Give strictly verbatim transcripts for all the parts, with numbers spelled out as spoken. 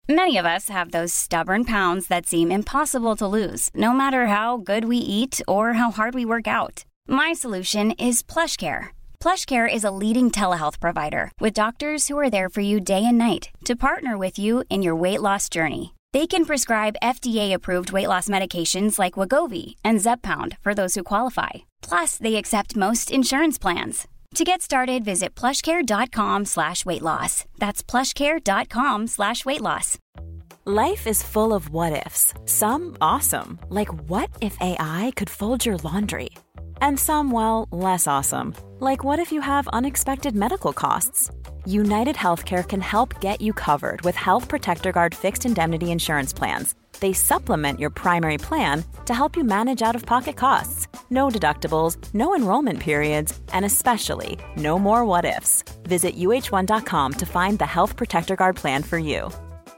Many of us have those stubborn pounds that seem impossible to lose, no matter how good we eat or how hard we work out. My solution is PlushCare. PlushCare is a leading telehealth provider with doctors who are there for you day and night to partner with you in your weight loss journey. They can prescribe F D A-approved weight loss medications like Wegovy and Zepbound for those who qualify. Plus, they accept most insurance plans. To get started, visit plushcare.com slash weight loss. That's plushcare.com slash weight loss. Life is full of what-ifs. Some awesome, like what if A I could fold your laundry? And some, well, less awesome, like what if you have unexpected medical costs? United Healthcare can help get you covered with Health Protector Guard fixed indemnity insurance plans. They supplement your primary plan to help you manage out-of-pocket costs. No deductibles, no enrollment periods, and especially no more what-ifs. Visit U H one dot com to find the Health Protector Guard plan for you.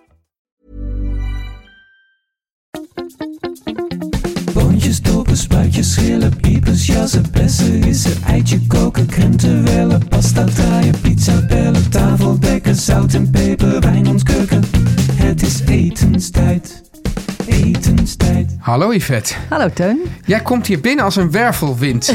Boontjes, dopen, spuitjes, schillen, piepers, jassen, bessen, rissen, eitje koken, krenten wellen, pasta draaien, pizza bellen, tafel dekken, zout en peper, wijn ontkurken. Het is etenstijd. Etenstijd. Hallo Yvette. Hallo Teun. Jij komt hier binnen als een wervelwind.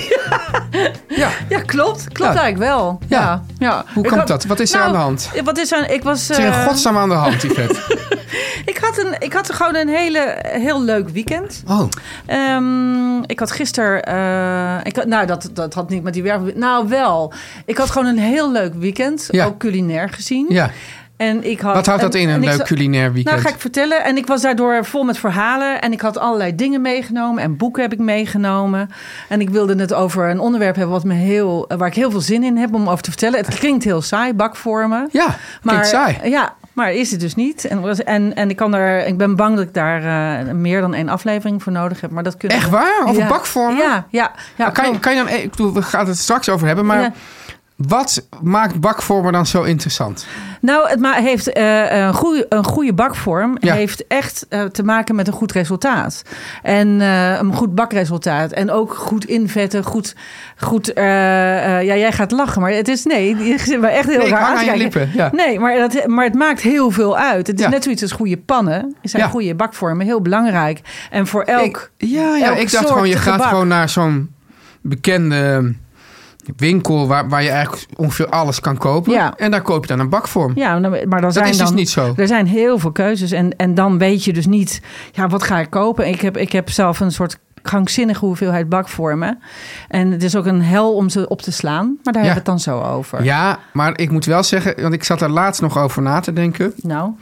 ja. ja, klopt. Klopt ja. eigenlijk wel. Ja. Ja. Ja. Hoe komt had, dat? Wat is er nou, aan de hand? Wat is er? Ik was. Wat is er in godsnaam aan de hand, Yvette? ik had een, ik had gewoon een hele heel leuk weekend. Oh. Um, ik had gisteren. Uh, ik had, nou, dat, dat had niet met die wervelwind. Nou, wel. Ik had gewoon een heel leuk weekend, ja. ook culinair gezien. Ja. En ik had, Wat houdt dat en, in, een leuk culinair weekend? Nou, ga ik vertellen. En ik was daardoor vol met verhalen. En ik had allerlei dingen meegenomen. En boeken heb ik meegenomen. En ik wilde het over een onderwerp hebben wat me heel, waar ik heel veel zin in heb om over te vertellen. Het klinkt heel saai, bakvormen. Ja, klinkt saai. Ja, maar is het dus niet. En, en, en ik, kan er, ik ben bang dat ik daar uh, meer dan één aflevering voor nodig heb. Maar dat kunnen Echt we, waar? Over ja, bakvormen? Ja, ja. ja kan, je, kan je dan... Ik bedoel, we gaan het straks over hebben, maar... Ja. Wat maakt bakvormen dan zo interessant? Nou, het ma- heeft uh, een, goede, een goede bakvorm ja. heeft echt uh, te maken met een goed resultaat. En uh, een goed bakresultaat. En ook goed invetten, goed... goed uh, uh, ja, jij gaat lachen, maar het is... Nee, je zit me echt heel nee, raar aan te kijken. Lippen, ja. Nee, maar, dat, maar het maakt heel veel uit. Het is ja. net zoiets als goede pannen. Zijn ja. goede bakvormen heel belangrijk. En voor elk ik, Ja, ja elk ik dacht gewoon, je gebak. gaat gewoon naar zo'n bekende... winkel waar, waar je eigenlijk ongeveer alles kan kopen. Ja. En daar koop je dan een bakvorm. Ja, maar dan zijn dat is dan, dus niet zo. Er zijn heel veel keuzes. En, en dan weet je dus niet... Ja, wat ga ik kopen? Ik heb, ik heb zelf een soort krankzinnige hoeveelheid bakvormen. En het is ook een hel om ze op te slaan. Maar daar ja. hebben we het dan zo over. Ja, maar ik moet wel zeggen... want ik zat er laatst nog over na te denken. Nou?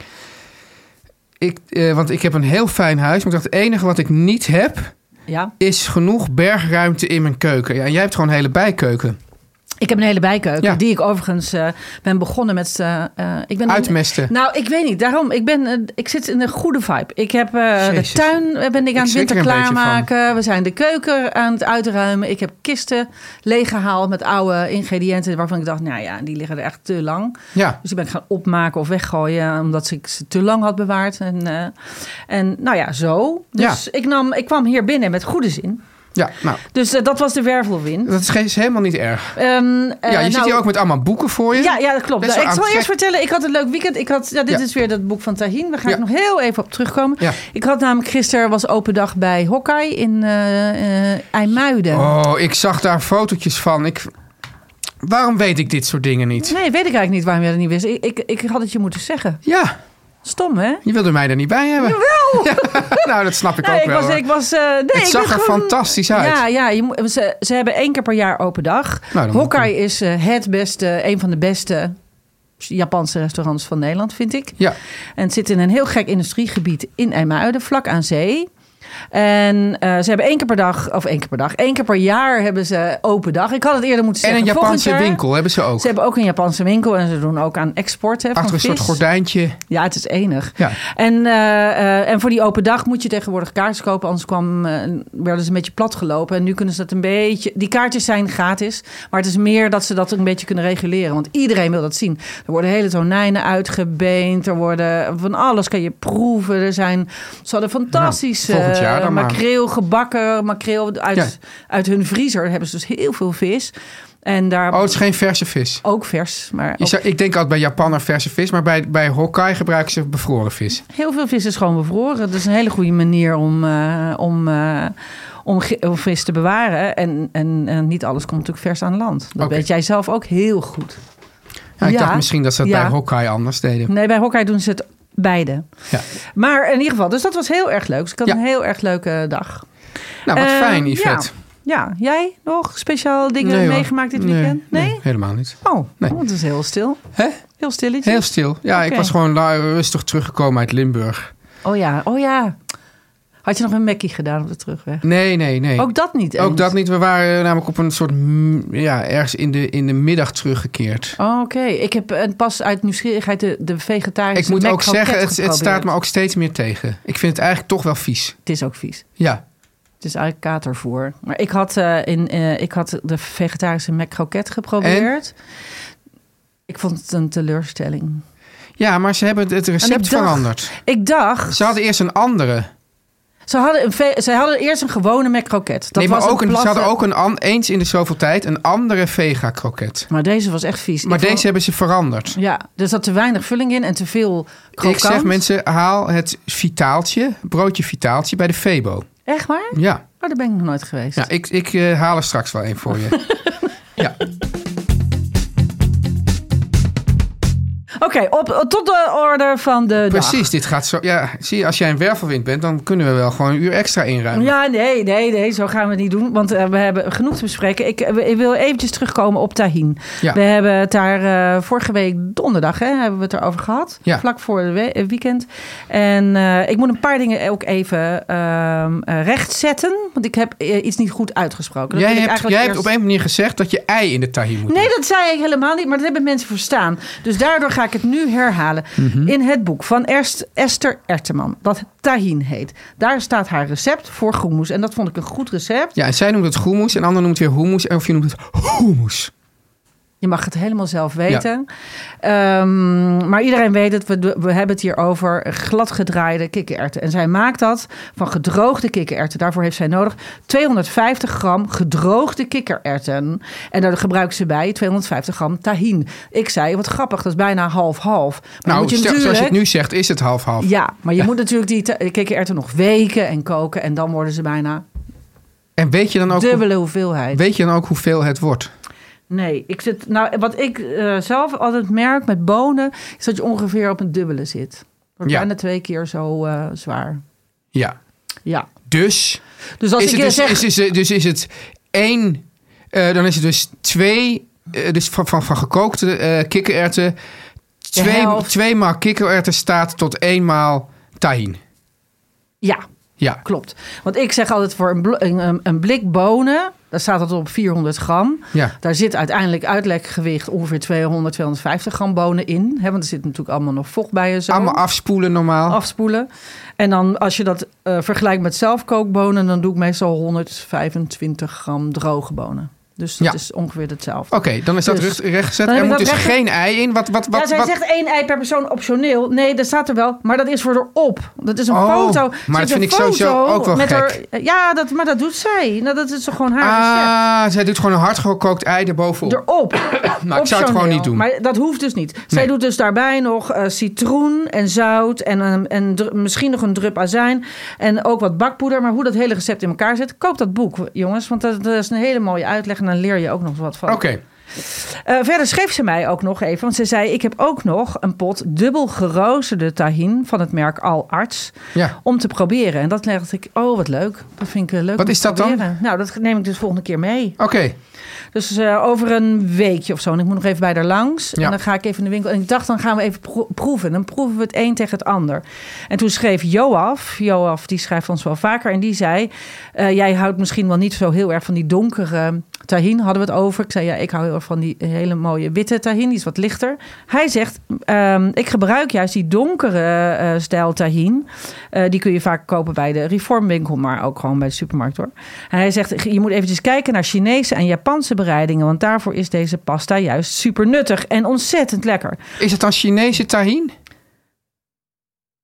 Ik, eh, want ik heb een heel fijn huis. Maar ik dacht, het enige wat ik niet heb... Ja. is genoeg bergruimte in mijn keuken. Ja, en jij hebt gewoon een hele bijkeuken. Ik heb een hele bijkeuken, ja. die ik overigens uh, ben begonnen met... Uh, ik ben Uitmesten. Een, nou, ik weet niet. Daarom, ik, ben, uh, ik zit in een goede vibe. Ik heb uh, de tuin ben ik aan het winter klaarmaken. We zijn de keuken aan het uitruimen. Ik heb kisten leeggehaald met oude ingrediënten... waarvan ik dacht, nou ja, die liggen er echt te lang. Ja. Dus die ben ik gaan opmaken of weggooien... omdat ik ze te lang had bewaard. En, uh, en nou ja, zo. Dus ja. ik, nam, ik kwam hier binnen met goede zin... Ja, nou. Dus uh, dat was de wervelwind. Dat is, is helemaal niet erg. Um, uh, ja, je nou, zit hier ook met allemaal boeken voor je. Ja, ja dat klopt. Nou, ik zal eerst vertellen, ik had een leuk weekend. Ik had, ja, dit ja. is weer dat boek van Tahin. We gaan ja. er nog heel even op terugkomen. Ja. Ik had namelijk gisteren was open dag bij Hawkeye in uh, uh, IJmuiden. Oh, ik zag daar fotootjes van. Ik... Waarom weet ik dit soort dingen niet? Nee, weet ik eigenlijk niet waarom je dat niet wist. Ik, ik, ik had het je moeten zeggen. Ja. Stom, hè? Je wilde mij er niet bij hebben. Jawel! Ja, nou, dat snap ik nee, ook ik wel. Was, ik was, uh, nee, het ik zag er gewoon... fantastisch uit. Ja, ja je moet, ze, ze hebben één keer per jaar open dag. Nou, Hawkeye is uh, het beste, een van de beste Japanse restaurants van Nederland, vind ik. Ja. En het zit in een heel gek industriegebied in IJmuiden, vlak aan zee. En uh, ze hebben één keer per dag, of één keer per dag, één keer per jaar hebben ze open dag. Ik had het eerder moeten zeggen. En een Japanse jaar, winkel hebben ze ook. Ze hebben ook een Japanse winkel en ze doen ook aan export. Hè, Achter van een vis. soort gordijntje. Ja, het is enig. Ja. En, uh, uh, en voor die open dag moet je tegenwoordig kaartjes kopen. Anders kwam, uh, werden ze een beetje platgelopen. En nu kunnen ze dat een beetje... Die kaartjes zijn gratis. Maar het is meer dat ze dat een beetje kunnen reguleren. Want iedereen wil dat zien. Er worden hele tonijnen uitgebeend. Er worden van alles kan je proeven. Er zijn... Ze hadden fantastisch... Nou, volgend jaar Ja, dan makreel, maar. gebakken makreel. Uit, ja. uit hun vriezer hebben ze dus heel veel vis. En daar oh, het is geen verse vis? Ook vers. Maar ook... Zou, ik denk altijd bij Japaner verse vis, maar bij, bij Hokkai gebruiken ze bevroren vis. Heel veel vis is gewoon bevroren. Dat is een hele goede manier om, uh, om, uh, om, om vis te bewaren. En, en, en niet alles komt natuurlijk vers aan land. Dat okay. weet jij zelf ook heel goed. Ja, ik ja. dacht misschien dat ze dat ja. bij Hokkai anders deden. Nee, bij Hokkai doen ze het beide. Ja. Maar in ieder geval, dus dat was heel erg leuk. Dus ik had ja. een heel erg leuke dag. Nou, wat uh, fijn, Yvette. Ja. Ja, jij nog speciaal dingen nee, meegemaakt dit weekend? Nee, nee? nee helemaal niet. Oh, nee. oh, het is heel stil. Hè? Heel stilletjes. Heel stil. Ja, okay. Ik was gewoon rustig teruggekomen uit Limburg. Oh ja, oh ja. Had je nog een Mackie gedaan op de terugweg? Nee, nee, nee. Ook dat niet eens? Ook dat niet. We waren namelijk op een soort, ja, ergens in de, in de middag teruggekeerd. Oh, oké. Okay. Ik heb pas uit nieuwsgierigheid de, de vegetarische Ik moet ook zeggen, het, het staat me ook steeds meer tegen. Ik vind het eigenlijk toch wel vies. Het is ook vies. Ja. Het is eigenlijk katervoer. Maar ik had, uh, in, uh, ik had de vegetarische mac croquette geprobeerd. En? Ik vond het een teleurstelling. Ja, maar ze hebben het recept ik dacht, veranderd. Ik dacht... Ze hadden eerst een andere. Ze hadden, een ve- ze hadden eerst een gewone mac croquette. Dat nee, maar was ook een een, platte... ze hadden ook een an, eens in de zoveel tijd een andere vega croquette. Maar deze was echt vies. Maar ik deze vond... hebben ze veranderd. Ja, er zat te weinig vulling in en te veel krokant. Ik zeg mensen, haal het vitaaltje, broodje vitaaltje bij de Febo. Echt waar? Ja. Oh, daar ben ik nog nooit geweest. Ja, ik, ik uh, haal er straks wel een voor je. Ja. Oké, okay, op tot de orde van de Precies, dag. dit gaat zo... Ja, zie je, als jij een wervelwind bent, dan kunnen we wel gewoon een uur extra inruimen. Ja, nee, nee, nee, zo gaan we het niet doen. Want uh, we hebben genoeg te bespreken. Ik, ik wil eventjes terugkomen op Tahin. Ja. We hebben het daar uh, vorige week donderdag, hè, hebben we het erover gehad. Ja. Vlak voor het we- weekend. En uh, ik moet een paar dingen ook even uh, uh, rechtzetten. Want ik heb uh, iets niet goed uitgesproken. Dat jij hebt, jij eerst... hebt op een manier gezegd dat je ei in de Tahin moet Nee, doen. dat zei ik helemaal niet. Maar dat hebben mensen verstaan. Dus daardoor ga ik het nu herhalen. Mm-hmm. In het boek van Esther Erteman, dat Tahin heet. Daar staat haar recept voor groenmoes. En dat vond ik een goed recept. Ja, en zij noemt het groenmoes en ander noemt het weer hummus. Of je noemt het hummus. Je mag het helemaal zelf weten. Ja. Um, maar iedereen weet het. We, we hebben het hier over gladgedraaide kikkererwten. En zij maakt dat van gedroogde kikkererwten. Daarvoor heeft zij nodig tweehonderdvijftig gram gedroogde kikkererwten. En daar gebruikt ze bij tweehonderdvijftig gram tahin. Ik zei, wat grappig, dat is bijna half-half. Maar nou, moet je stel, natuurlijk... zoals je het nu zegt, is het half-half. Ja, maar je ja. moet natuurlijk die te- kikkererwten nog weken en koken. En dan worden ze bijna en weet je dan ook dubbele hoe, hoeveelheid. Weet je dan ook hoeveel het wordt? Nee, ik zit, nou, wat ik uh, zelf altijd merk met bonen, is dat je ongeveer op een dubbele zit. Wordt ja. bijna twee keer zo uh, zwaar. Ja. Ja. Dus, dus als is, ik het dus, zeg... is, is, dus is het één, uh, dan is het dus twee, uh, dus van, van, van gekookte uh, kikkererwten, twee, twee maal kikkererwten staat tot eenmaal tahin. Ja. Ja, klopt. Want ik zeg altijd voor een, bl- een, een blik bonen, daar staat het op vierhonderd gram. Ja. Daar zit uiteindelijk uitlekgewicht ongeveer tweehonderd, tweehonderdvijftig gram bonen in. Hè, want er zit natuurlijk allemaal nog vocht bij je zo. Allemaal afspoelen normaal. Afspoelen. En dan als je dat uh, vergelijkt met zelfkookbonen, dan doe ik meestal honderdvijfentwintig gram droge bonen. Dus dat ja. is ongeveer hetzelfde. Oké, okay, dan is dat dus, rechtgezet. Er moet dus recht... geen ei in. Wat, wat, wat, ja, zij wat... zegt één ei per persoon optioneel. Nee, dat staat er wel. Maar dat is voor erop. Dat is een oh, foto. Maar dat vind ik sowieso ook wel gek. Haar, ja, dat, maar dat doet zij. Nou, dat is toch gewoon haar Ah, recept. Zij doet gewoon een hardgekookt ei erbovenop. Erop. Nou, ik zou het gewoon niet doen. Maar dat hoeft dus niet. Zij nee. doet dus daarbij nog uh, citroen en zout. En, um, en dr- misschien nog een drup azijn. En ook wat bakpoeder. Maar hoe dat hele recept in elkaar zit. Koop dat boek, jongens. Want dat, dat is een hele mooie uitleg. En dan leer je ook nog wat. Oké. Okay. Uh, verder schreef ze mij ook nog even. Want ze zei, ik heb ook nog een pot dubbel geroosterde tahin van het merk Al Arts. Ja. Om te proberen. En dat dacht ik, oh wat leuk. Dat vind ik leuk. Wat is dat proberen. dan? Nou, dat neem ik dus volgende keer mee. Oké. Okay. Dus uh, over een weekje of zo. En ik moet nog even bij haar langs. Ja. En dan ga ik even in de winkel. En ik dacht, dan gaan we even pro- proeven. Dan proeven we het een tegen het ander. En toen schreef Joaf. Joaf, die schrijft ons wel vaker. En die zei, uh, jij houdt misschien wel niet zo heel erg van die donkere tahin. Hadden we het over. Ik zei, ja, ik hou heel erg van die hele mooie witte tahin. Die is wat lichter. Hij zegt, um, ik gebruik juist die donkere uh, stijl tahin. Uh, die kun je vaak kopen bij de reformwinkel. Maar ook gewoon bij de supermarkt hoor. En hij zegt, je moet eventjes kijken naar Chinese en Japanse bereidingen, want daarvoor is deze pasta juist super nuttig en ontzettend lekker. Is het dan Chinese tahin?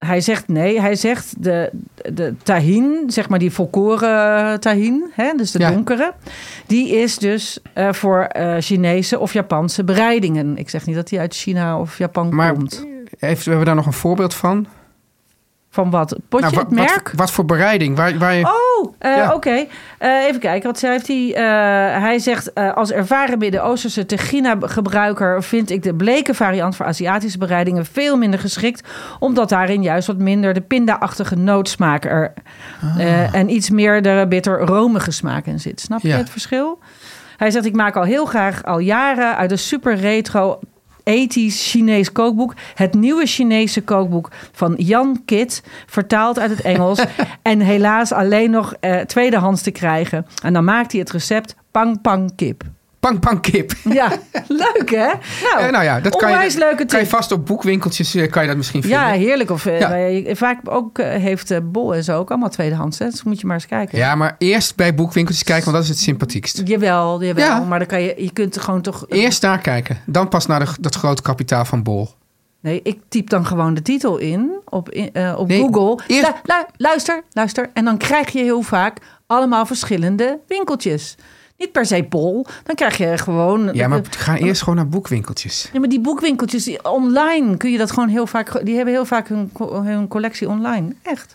hij zegt nee, hij zegt de, de tahin, zeg maar die volkoren tahin, hè, dus de ja. donkere, die is dus uh, voor uh, Chinese of Japanse bereidingen. Ik zeg niet dat die uit China of Japan maar komt. Heeft, hebben we daar nog een voorbeeld van? Van wat? Potje, nou, wat, het merk? Wat, wat voor bereiding? Waar, waar je... Oh, uh, ja. oké. Okay. Uh, even kijken, wat schrijft hij? Uh, hij zegt, uh, als ervaren Midden-Oosterse Tegina-gebruiker vind ik de bleke variant voor Aziatische bereidingen veel minder geschikt, omdat daarin juist wat minder de pinda-achtige noodsmaak er ah. uh, en iets meer de bitter-romige smaak in zit. Snap je ja. het verschil? Hij zegt, ik maak al heel graag al jaren uit een super retro ethisch Chinees kookboek. Het nieuwe Chinese kookboek van Jan Kit, vertaald uit het Engels en helaas alleen nog uh, tweedehands te krijgen. En dan maakt hij het recept pang pang kip. Pang pang kip. Ja, leuk hè? Nou, uh, nou ja, dat kan je, leuke kan je vast op boekwinkeltjes uh, kan je dat misschien vinden. Ja, heerlijk. Of uh, ja. vaak ook uh, heeft uh, Bol en zo ook allemaal tweedehands. Hè? Dus moet je maar eens kijken. Ja, maar eerst bij boekwinkeltjes kijken, want dat is het sympathiekst. Jawel, jawel. Ja. Maar dan kan je, je kunt gewoon toch... Eerst daar kijken, dan pas naar de, dat grote kapitaal van Bol. Nee, ik typ dan gewoon de titel in op, uh, op nee, Google. Eerst... Lu- lu- luister, luister. En dan krijg je heel vaak allemaal verschillende winkeltjes. Niet per se Bol. Dan krijg je gewoon... Ja, maar ga eerst gewoon naar boekwinkeltjes. Ja, maar die boekwinkeltjes, die online kun je dat gewoon heel vaak... Die hebben heel vaak hun, hun collectie online. Echt.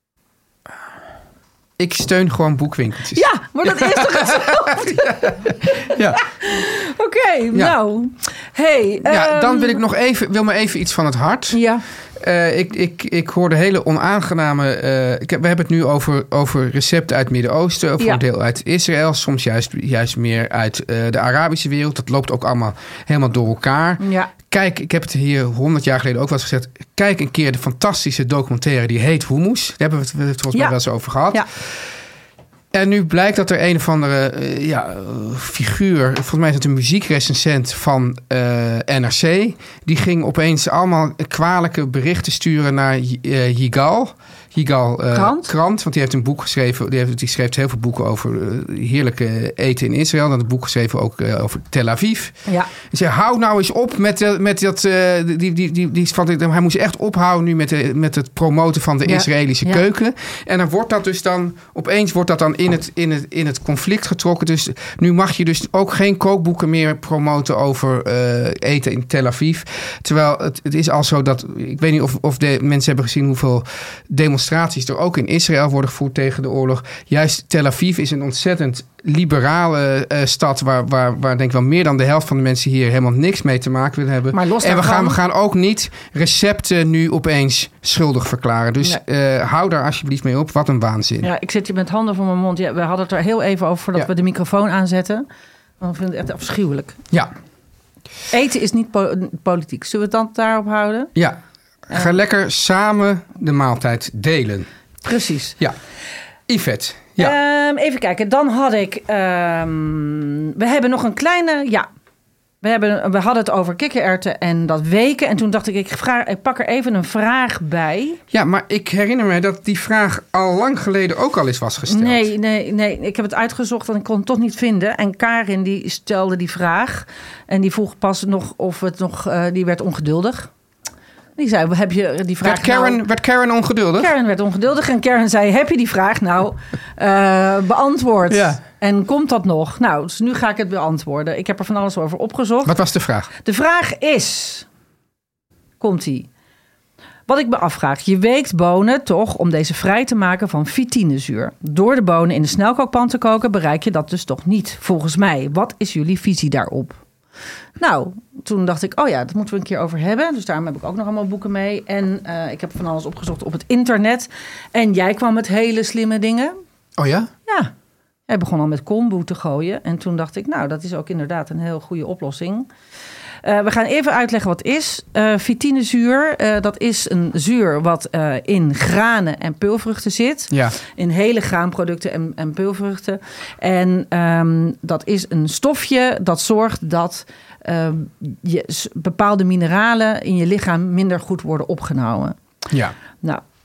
Ik steun gewoon boekwinkeltjes. Ja, maar dat ja. is toch hetzelfde? ja. Oké, okay, ja. nou. Hey, ja, um... dan wil ik nog even, wil maar even iets van het hart. Ja. Uh, ik, ik, ik hoorde hele onaangename... Uh, ik heb, we hebben het nu over, over recepten uit het Midden-Oosten. Voor ja. een deel uit Israël. Soms juist, juist meer uit uh, de Arabische wereld. Dat loopt ook allemaal helemaal door elkaar. Ja. Kijk, ik heb het hier honderd jaar geleden ook wel eens gezegd. Kijk een keer de fantastische documentaire die heet Hummus. Daar hebben we het, we het volgens ja. mij wel eens over gehad. Ja. En nu blijkt dat er een of andere uh, ja, figuur... Volgens mij is het een muziekrecensent van uh, N R C... die ging opeens allemaal kwalijke berichten sturen naar uh, Yigal... Yigal uh, krant. krant, want die heeft een boek geschreven. Die, heeft, die schreef heel veel boeken over uh, heerlijke eten in Israël. En had een boek geschreven ook uh, over Tel Aviv. Ja. Dus hij hou nou eens op met, uh, met dat... Uh, die, die, die, die, die, van, hij moest echt ophouden nu met, de, met het promoten van de ja. Israëlische ja. keuken. En dan wordt dat dus dan... Opeens wordt dat dan in het, in, het, in het conflict getrokken. Dus nu mag je dus ook geen kookboeken meer promoten over uh, eten in Tel Aviv. Terwijl het, het is al zo dat... Ik weet niet of, of de mensen hebben gezien hoeveel demonstraties er ook in Israël worden gevoerd tegen de oorlog. Juist Tel Aviv is een ontzettend liberale uh, stad... Waar, waar, waar denk ik wel meer dan de helft van de mensen hier... helemaal niks mee te maken willen hebben. Maar los en we daarvan... gaan, we gaan ook niet recepten nu opeens schuldig verklaren. Dus nee. uh, hou daar alsjeblieft mee op. Wat een waanzin. Ja, ik zit hier met handen voor mijn mond. Ja, we hadden het er heel even over voordat ja. we de microfoon aanzetten. Dan vind ik het echt afschuwelijk. Ja. Eten is niet po- politiek. Zullen we het dan daarop houden? Ja. Ga uh, lekker samen de maaltijd delen. Precies. Ja. Yvette. Ja. Um, even kijken. Dan had ik... Um, we hebben nog een kleine... Ja. We, hebben, we hadden het over kikkererwten en dat weken. En toen dacht ik, ik, vraag, ik pak er even een vraag bij. Ja, maar ik herinner me dat die vraag al lang geleden ook al eens was gesteld. Nee, nee, nee. Ik heb het uitgezocht en ik kon het toch niet vinden. En Karin die stelde die vraag. En die vroeg pas nog of het nog... Uh, die werd ongeduldig. Die zei, heb je die vraag werd Karen, nou... werd Karen ongeduldig? Karen werd ongeduldig en Karen zei, heb je die vraag nou uh, beantwoord? Ja. En komt dat nog? Nou, dus nu ga ik het beantwoorden. Ik heb er van alles over opgezocht. Wat was de vraag? De vraag is... Komt-ie. Wat ik me afvraag. Je weekt bonen toch om deze vrij te maken van fitinezuur. Door de bonen in de snelkookpan te koken bereik je dat dus toch niet, volgens mij. Wat is jullie visie daarop? Nou, toen dacht ik, oh ja, dat moeten we een keer over hebben. Dus daarom heb ik ook nog allemaal boeken mee. En uh, ik heb van alles opgezocht op het internet. En jij kwam met hele slimme dingen. Oh ja? Ja. Hij begon al met kombu te gooien. En toen dacht ik, nou, dat is ook inderdaad een heel goede oplossing. Uh, we gaan even uitleggen wat is. Uh, fitinezuur, uh, dat is een zuur wat uh, in granen en peulvruchten zit. Ja. In hele graanproducten en, en peulvruchten. En um, dat is een stofje dat zorgt dat uh, je bepaalde mineralen in je lichaam minder goed worden opgenomen. Ja. Nou,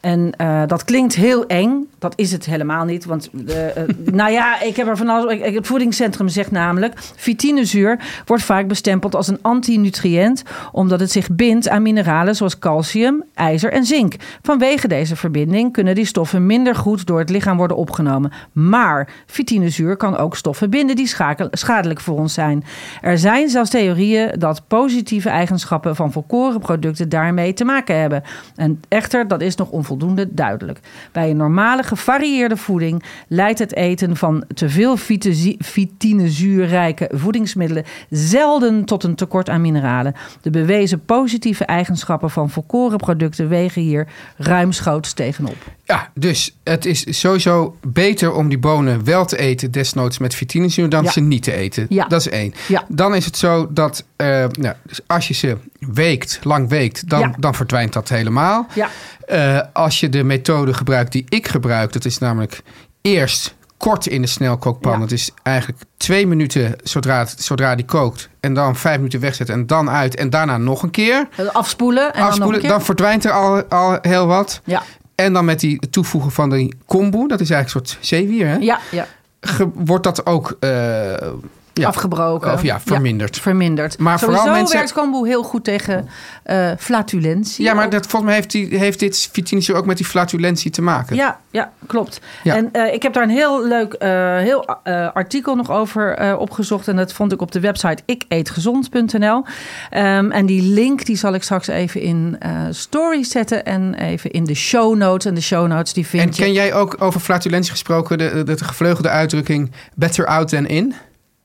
En uh, dat klinkt heel eng. Dat is het helemaal niet. Want, uh, uh, nou ja, ik heb er van alles. Het voedingscentrum zegt namelijk: vitinezuur wordt vaak bestempeld als een antinutriënt, omdat het zich bindt aan mineralen zoals calcium, ijzer en zink. Vanwege deze verbinding kunnen die stoffen minder goed door het lichaam worden opgenomen. Maar vitinezuur kan ook stoffen binden die schakel, schadelijk voor ons zijn. Er zijn zelfs theorieën dat positieve eigenschappen van volkorenproducten daarmee te maken hebben. En echter, dat is nog onvoldoende duidelijk. Bij een normale gevarieerde voeding leidt het eten van te veel vitinezuurrijke voedingsmiddelen zelden tot een tekort aan mineralen. De bewezen positieve eigenschappen van volkorenproducten wegen hier ruimschoots tegenop. Ja, dus het is sowieso beter om die bonen wel te eten, desnoods met vitinezuur, dan ja. ze niet te eten. Ja. Dat is één. Ja. Dan is het zo dat uh, nou, dus als je ze weekt, lang weekt, dan, ja. dan verdwijnt dat helemaal. Ja. Uh, als je de methode gebruikt die ik gebruik, dat is namelijk eerst kort in de snelkookpan. Ja. Dat is eigenlijk twee minuten zodra, het, zodra die kookt. En dan vijf minuten wegzetten en dan uit. En daarna nog een keer. Afspoelen. En Afspoelen, dan, nog een keer. Dan verdwijnt er al, al heel wat. Ja. En dan met die toevoegen van die kombu, dat is eigenlijk een soort zeewier, hè? Ja, ja. Ge, wordt dat ook uh, ja, afgebroken. Of ja, verminderd. Ja, verminderd. Maar sowieso vooral mensen... werkt kombu heel goed tegen uh, flatulentie. Ja, maar dat, volgens mij heeft, die, heeft dit vitinezuur ook met die flatulentie te maken. Ja, ja klopt. Ja. En uh, ik heb daar een heel leuk uh, heel, uh, artikel nog over uh, opgezocht. En dat vond ik op de website ik eet gezond punt n l. Um, en die link die zal ik straks even in uh, story zetten. En even in de show notes. En de show notes die vind en je... En ken jij ook over flatulentie gesproken de, de, de gevleugelde uitdrukking better out than in?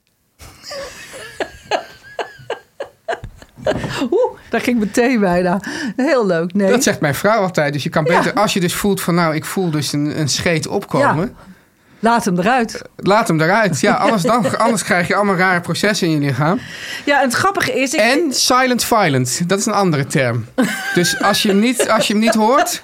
Oeh, daar ging meteen bijna. Heel leuk, nee. Dat zegt mijn vrouw altijd. Dus je kan beter, ja. als je dus voelt van nou, ik voel dus een, een scheet opkomen. Ja. Laat hem eruit. Laat hem eruit, ja. Anders, dan, anders krijg je allemaal rare processen in je lichaam. Ja, en het grappige is... Ik... En silent violent, dat is een andere term. Dus als je hem niet, als je hem niet hoort...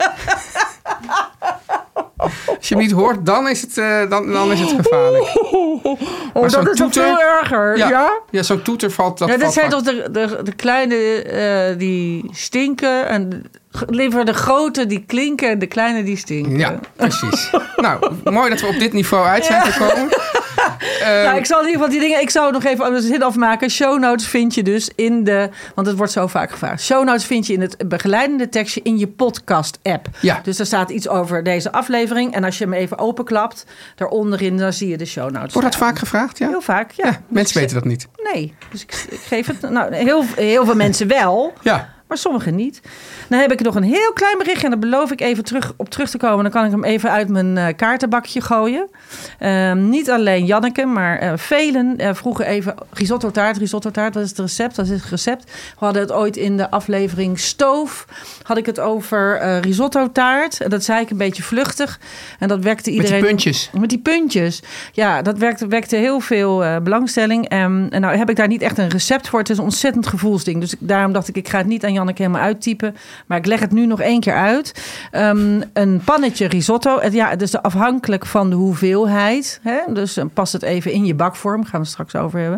Als je hem niet hoort, dan is het, uh, dan, dan is het gevaarlijk. Oh, maar dat is toeter, veel erger. Ja, ja? ja zo'n toeter valt... Dat ja, dat valt zijn toch de, de, de kleine uh, die stinken... en liever de grote die klinken en de kleine die stinken. Ja, precies. Nou, mooi dat we op dit niveau uit zijn ja. gekomen. Uh, nou, ik zal in ieder geval die dingen... Ik zou nog even de zin afmaken. Show notes vind je dus in de... Want het wordt zo vaak gevraagd. Show notes vind je in het begeleidende tekstje in je podcast-app. Ja. Dus daar staat iets over deze aflevering. En als je hem even openklapt, daaronderin, dan zie je de show notes. Wordt dat vaak gevraagd? Ja, heel vaak, ja. ja mensen weten dat niet. Nee, dus ik, ik geef het... Nou, heel, heel veel mensen wel. Ja. Maar sommigen niet. Dan heb ik nog een heel klein berichtje. En daar beloof ik even terug, op terug te komen. Dan kan ik hem even uit mijn uh, kaartenbakje gooien. Uh, niet alleen Janneke, maar uh, velen uh, vroegen even... risotto taart, risotto taart, wat is het recept? Dat is het recept. We hadden het ooit in de aflevering Stoof. Had ik het over uh, risotto taart. En dat zei ik een beetje vluchtig. En dat wekte iedereen... Met die puntjes. Met die puntjes. Ja, dat wekte, wekte heel veel uh, belangstelling. Um, en nou heb ik daar niet echt een recept voor. Het is een ontzettend gevoelsding. Dus ik, daarom dacht ik, ik ga het niet aan Janneke helemaal uittypen. Maar ik leg het nu nog één keer uit. Um, een pannetje risotto. Het, ja, het is afhankelijk van de hoeveelheid. Hè? Dus uh, past het even in je bakvorm. Gaan we het straks over hebben.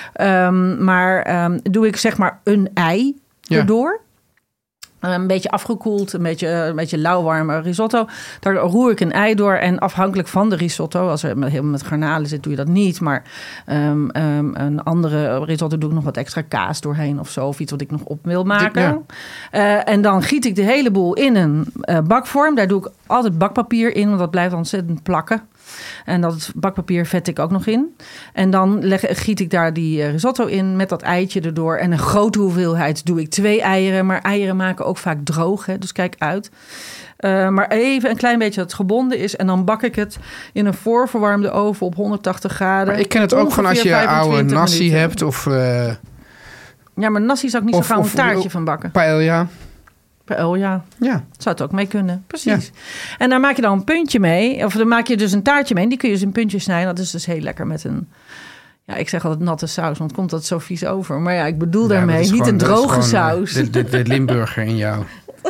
Um, maar um, doe ik zeg maar een ei erdoor. Ja. Een beetje afgekoeld, een beetje, een beetje lauwwarme risotto. Daar roer ik een ei door. En afhankelijk van de risotto, als er helemaal met garnalen zit, doe je dat niet. Maar um, um, een andere risotto doe ik nog wat extra kaas doorheen of zo. Of iets wat ik nog op wil maken. Ja. Uh, en dan giet ik de hele boel in een uh, bakvorm. Daar doe ik altijd bakpapier in, want dat blijft ontzettend plakken. En dat bakpapier vet ik ook nog in. En dan leg, giet ik daar die risotto in met dat eitje erdoor. En een grote hoeveelheid doe ik twee eieren. Maar eieren maken ook vaak droog, hè? Dus kijk uit. Uh, maar even een klein beetje dat het gebonden is. En dan bak ik het in een voorverwarmde oven op honderdtachtig graden. Maar ik ken het ook van als je oude nasi minuten. hebt. Of, uh, ja, maar nasi zou ik niet of, zo gauw een taartje of, van bakken. Paella. Oh ja, ja. Zou het ook mee kunnen. Precies. Ja. En daar maak je dan een puntje mee. Of dan maak je dus een taartje mee. En die kun je dus in puntjes snijden. Dat is dus heel lekker met een... Ja, ik zeg altijd natte saus, want komt dat zo vies over. Maar ja, ik bedoel ja, daarmee niet gewoon, een droge saus. De, de, de Limburger in jou.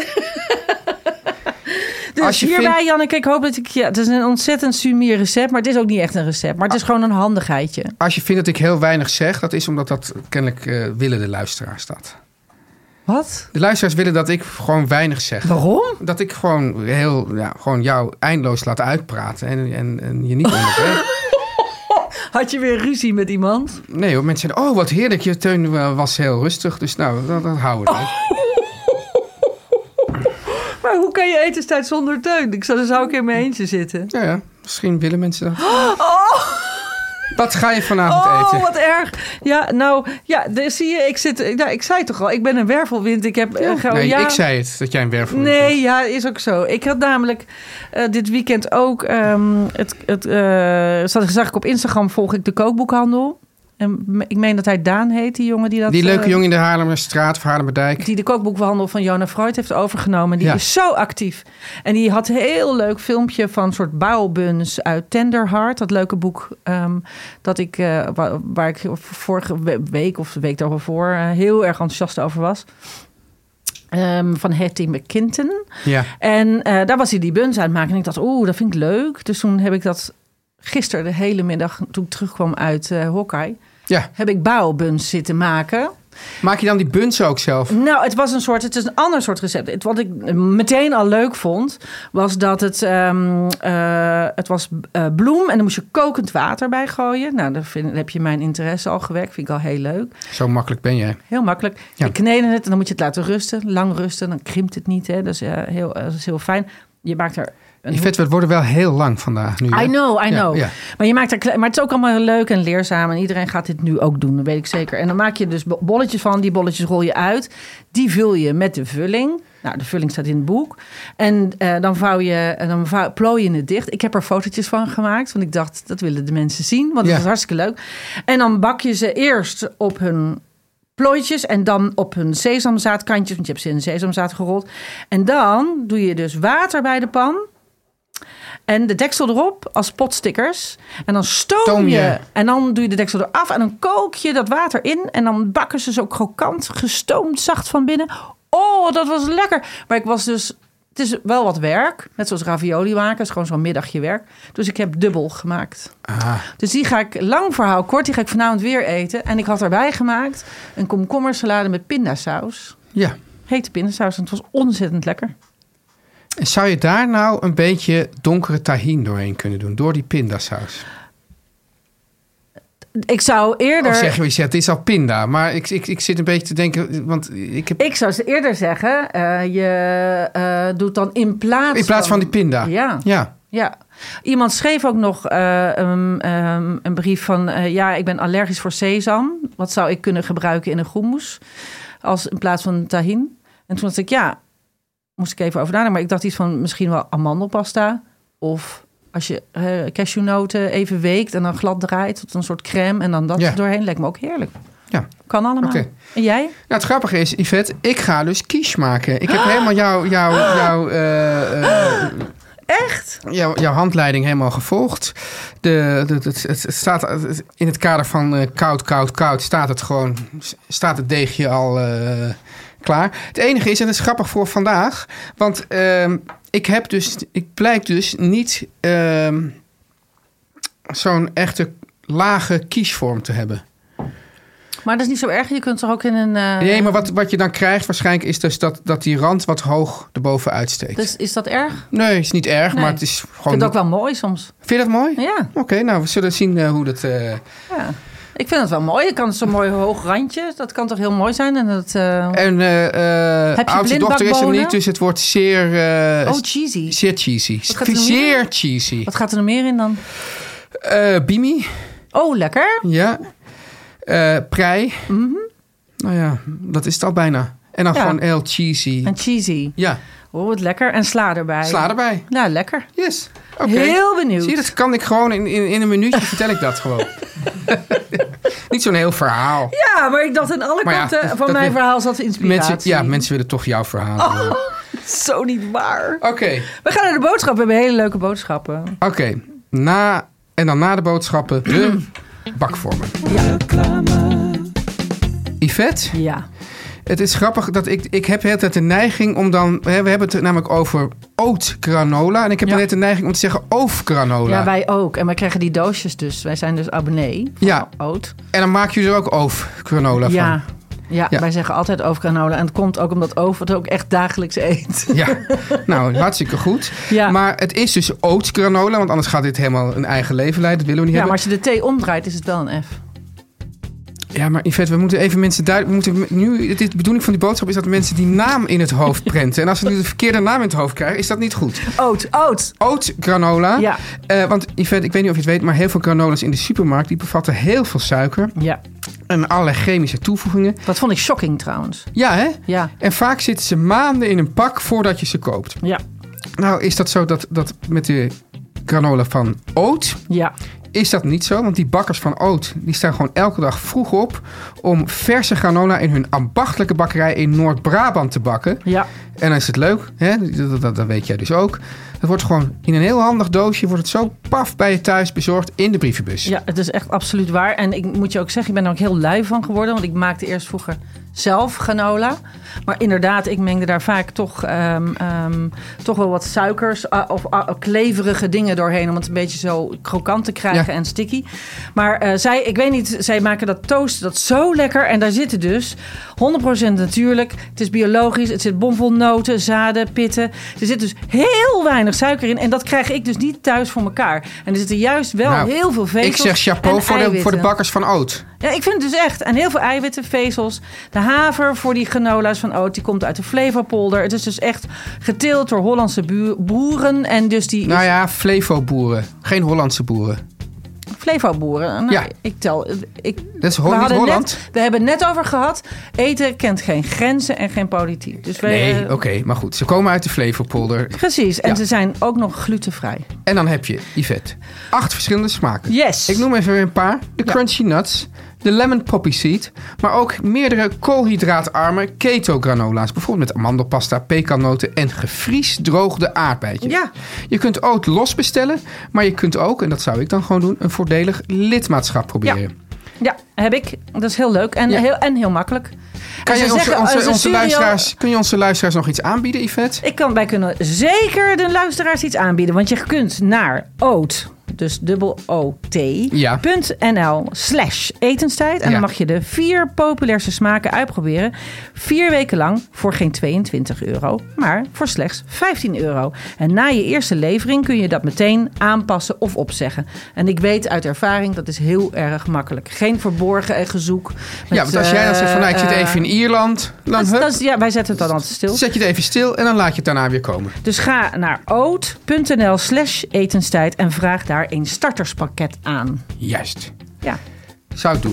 Dus als je hierbij, vindt... Janneke, ik hoop dat ik... Ja, het is een ontzettend sumier recept, maar het is ook niet echt een recept. Maar het is gewoon een handigheidje. Als je vindt dat ik heel weinig zeg, dat is omdat dat kennelijk uh, willen de luisteraars dat. Wat? De luisteraars willen dat ik gewoon weinig zeg. Waarom? Dat ik gewoon, heel, ja, gewoon jou eindeloos laat uitpraten en, en, en je niet onderbreek. Had je weer ruzie met iemand? Nee hoor, mensen zeiden, oh wat heerlijk, je Teun was heel rustig. Dus nou, dat, dat houden we dan. Oh. Maar hoe kan je etenstijd zonder Teun? Ik zou, dan zou ik in mijn eentje zitten. Ja, ja, misschien willen mensen dat. Oh. Wat ga je vanavond oh, eten? Oh, wat erg. Ja, nou, ja, de, zie je, ik zit... Ja, ik zei toch al, ik ben een wervelwind. Ik heb... Ja. Uh, gewoon, nee, ja, ik zei het, dat jij een wervelwind Nee, bent. ja, is ook zo. Ik had namelijk uh, dit weekend ook... Um, het, het, uh, zag ik op Instagram, volg ik de kookboekhandel. En ik meen dat hij Daan heet, die jongen die dat... Die leuke uh, jongen in de Haarlemmerstraat of Haarlemmerdijk. Die de kookboekhandel van Jona Freud heeft overgenomen. Die ja. is zo actief. En die had een heel leuk filmpje van een soort bouwbuns uit Tenderheart. Dat leuke boek um, dat ik, uh, waar, waar ik vorige week of de week daarvoor uh, heel erg enthousiast over was. Um, van Hattie McKinton. Ja. En uh, daar was hij die buns aan het maken. En ik dacht, oeh, dat vind ik leuk. Dus toen heb ik dat gisteren de hele middag, toen ik terugkwam uit uh, Hawkeye... Ja. heb ik bouwbuns zitten maken. Maak je dan die buns ook zelf? Nou, het was een soort, het is een ander soort recept. Het, wat ik meteen al leuk vond, was dat het, um, uh, het was uh, bloem en dan moest je kokend water bij gooien. Nou, dan, vind, dan heb je mijn interesse al gewekt. Vind ik al heel leuk. Zo makkelijk ben jij. Heel makkelijk. Ja. Je kneden het en dan moet je het laten rusten. Lang rusten, dan krimpt het niet. Hè. Dat, is, uh, heel, uh, dat is heel fijn. Je maakt er... Die vet worden wel heel lang vandaag nu. Hè? I know, I know. Ja, ja. Maar, je maakt er, maar het is ook allemaal leuk en leerzaam. En iedereen gaat dit nu ook doen, dat weet ik zeker. En dan maak je dus bolletjes van. Die bolletjes rol je uit. Die vul je met de vulling. Nou, de vulling staat in het boek. En uh, dan, vouw je, en dan vouw, plooi je het dicht. Ik heb er fotootjes van gemaakt. Want ik dacht, dat willen de mensen zien. Want ja. het is hartstikke leuk. En dan bak je ze eerst op hun... plooitjes en dan op hun sesamzaadkantjes. Want je hebt ze in de sesamzaad gerold. En dan doe je dus water bij de pan... En de deksel erop als potstickers. En dan stoom, stoom je. je. En dan doe je de deksel eraf. En dan kook je dat water in. En dan bakken ze zo krokant, gestoomd, zacht van binnen. Oh, dat was lekker. Maar ik was dus... Het is wel wat werk. Net zoals ravioli maken. Het is gewoon zo'n middagje werk. Dus ik heb dubbel gemaakt. Ah. Dus die ga ik, lang verhaal kort, die ga ik vanavond weer eten. En ik had erbij gemaakt een komkommersalade met pindasaus. Ja. Hete pindasaus. En het was ontzettend lekker. Zou je daar nou een beetje donkere tahin doorheen kunnen doen? Door die pindasaus? Ik zou eerder... Of zeg je, je zegt, het is al pinda. Maar ik, ik, ik zit een beetje te denken... Want ik, heb... ik zou ze eerder zeggen... Uh, je uh, doet dan in plaats van... In plaats van, van die pinda? Ja. ja. Ja. Iemand schreef ook nog uh, um, um, een brief van... Uh, ja, ik ben allergisch voor sesam. Wat zou ik kunnen gebruiken in een groenmoes? Als in plaats van tahin. En toen dacht ik, ja... moest ik even over nadenken. Maar ik dacht iets van misschien wel amandelpasta. Of als je uh, cashewnoten even weekt en dan glad draait tot een soort crème. En dan dat ja. doorheen. Lijkt me ook heerlijk. Ja. Kan allemaal. Okay. En jij? Nou, het grappige is, Yvette, ik ga dus quiche maken. Ik heb helemaal jouw... Jou, jou, uh, uh, Echt? Jouw, jouw handleiding helemaal gevolgd. De, de, het, het staat in het kader van uh, koud, koud, koud... staat het gewoon... staat het deegje al... Uh, klaar. Het enige is, en dat is grappig voor vandaag... want uh, ik heb dus... ik blijk dus niet uh, zo'n echte lage kiesvorm te hebben. Maar dat is niet zo erg. Je kunt toch ook in een... Uh... Nee, maar wat, wat je dan krijgt waarschijnlijk... is dus dat, dat die rand wat hoog erboven uitsteekt. Dus is dat erg? Nee, is niet erg, nee. Maar het is gewoon... Ik vind het ook wel mooi soms. Vind je dat mooi? Ja. Oké, okay, nou, we zullen zien uh, hoe dat... Uh... Ja. Ik vind het wel mooi. Je kan zo'n mooi hoog randje. Dat kan toch heel mooi zijn? En dat, uh... En uh, uh, heb je oudste dochter is er niet, dus het wordt zeer... Uh, oh, cheesy. Zeer cheesy. Zeer cheesy. Wat gaat er nog meer in dan? Uh, bimi. Oh, lekker. Ja. Uh, prei. Mm-hmm. Nou ja, dat is het al bijna. En dan ja. gewoon heel cheesy. En cheesy. Ja. Oh, wat lekker. En sla erbij. Sla erbij. Nou, lekker. Yes. Okay. Heel benieuwd. Zie je, dat kan ik gewoon in, in, in een minuutje vertel ik dat gewoon. Niet zo'n heel verhaal. Ja, maar ik dacht aan alle maar kanten ja, van mijn wil, verhaal zat inspiratie. Mensen, ja, mensen willen toch jouw verhaal. Oh, zo niet waar. Oké. Okay. We gaan naar de boodschappen. We hebben hele leuke boodschappen. Oké. Okay. Na En dan na de boodschappen de bakvormen. Ja. Yvette? Ja. Het is grappig dat ik... Ik heb de hele tijd de neiging om dan... Hè, we hebben het namelijk over oat granola. En ik heb ja. de hele tijd de neiging om te zeggen oof granola. Ja, wij ook. En wij krijgen die doosjes dus. Wij zijn dus abonnee van ja. oat. En dan maak je er ook oof granola ja. van. Ja, Ja. wij zeggen altijd overgranola. En het komt ook omdat Over het ook echt dagelijks eet. Ja, nou, hartstikke goed. Ja. Maar het is dus oatgranola, want anders gaat dit helemaal een eigen leven leiden. Dat willen we niet Ja, maar hebben. als je de T omdraait, is het wel een F. Ja, maar Yvette, we moeten even mensen duidelijk... We moeten nu, het is, de bedoeling van die boodschap is dat mensen die naam in het hoofd prenten. En als ze nu de verkeerde naam in het hoofd krijgen, is dat niet goed. Oat, oat. Oatgranola. Ja. Uh, want Yvette, ik weet niet of je het weet, maar heel veel granola's in de supermarkt, die bevatten heel veel suiker Ja. en allerlei chemische toevoegingen. Dat vond ik shocking trouwens. Ja, hè? Ja. En vaak zitten ze maanden in een pak voordat je ze koopt. Ja. Nou, is dat zo dat, dat met de granola van Oat... Ja. Is dat niet zo? Want die bakkers van Oat, die staan gewoon elke dag vroeg op om verse granola in hun ambachtelijke bakkerij in Noord-Brabant te bakken. Ja. En dan is het leuk, hè? Dat, dat, dat weet jij dus ook. Het wordt gewoon in een heel handig doosje, wordt het zo paf bij je thuis bezorgd in de brievenbus. Ja, het is echt absoluut waar. En ik moet je ook zeggen, ik ben er ook heel lui van geworden. Want ik maakte eerst vroeger zelf granola. Maar inderdaad, ik mengde daar vaak toch, um, um, toch wel wat suikers uh, of uh, kleverige dingen doorheen. Om het een beetje zo krokant te krijgen Ja. en sticky. Maar uh, zij, ik weet niet, zij maken dat toast, dat zo lekker. En daar zitten dus honderd procent natuurlijk. Het is biologisch, het zit bomvol noten, zaden, pitten. Er zit dus heel weinig suiker in. En dat krijg ik dus niet thuis voor elkaar. En er zitten juist wel Nou, heel veel vezels. Ik zeg chapeau en voor de, voor de eiwitten. bakkers van Oat. Ja, ik vind het dus echt. En heel veel eiwitten, vezels. De haver voor die granola's van Oat, die komt uit de Flevopolder. Het is dus echt geteeld door Hollandse bu- boeren. En dus die Nou is- ja, Flevo-boeren. Geen Hollandse boeren. Flevo-boeren. Nou, Ja. Ik tel. Ik, Dat is we Hol- niet hadden Holland. Net, we hebben het net over gehad. Eten kent geen grenzen en geen politiek. Dus wij, Nee, eh, oké, maar goed. Ze komen uit de Flevopolder. Precies. En Ja. ze zijn ook nog glutenvrij. En dan heb je, Yvette, acht verschillende smaken. Yes. Ik noem even een paar. De Ja. crunchy nuts, de lemon poppy seed, maar ook meerdere koolhydraatarme keto granola's. Bijvoorbeeld met amandelpasta, pekannoten en gevriesdroogde aardbeidjes. Ja. Je kunt Oat los bestellen, maar je kunt ook, en dat zou ik dan gewoon doen, een voordelig lidmaatschap proberen. Ja, heb ik. Dat is heel leuk en, Ja. heel, en heel makkelijk. Kan En je ze onze, zeggen, onze, als een onze studio- luisteraars, kun je onze luisteraars nog iets aanbieden, Yvette? Ik kan, wij kunnen zeker de luisteraars iets aanbieden. Want je kunt naar Oat, dus dubbel O T, Ja. .nl slash etenstijd. En Ja. dan mag je de vier populairste smaken uitproberen. Vier weken lang voor geen tweeëntwintig euro, maar voor slechts vijftien euro. En na je eerste levering kun je dat meteen aanpassen of opzeggen. En ik weet uit ervaring, dat is heel erg makkelijk. Geen verborgen en gezoek. Met, Ja, want als jij dan zegt van nou, ik zit eh, even in Ierland, dan dat is- hup, dat is- ja, wij zetten het dan altijd stil. zet je het even stil en dan laat je het daarna weer komen. Dus ga naar oat.nl slash etenstijd en vraag daar een starterspakket aan. Juist. Ja. Zou ik doen.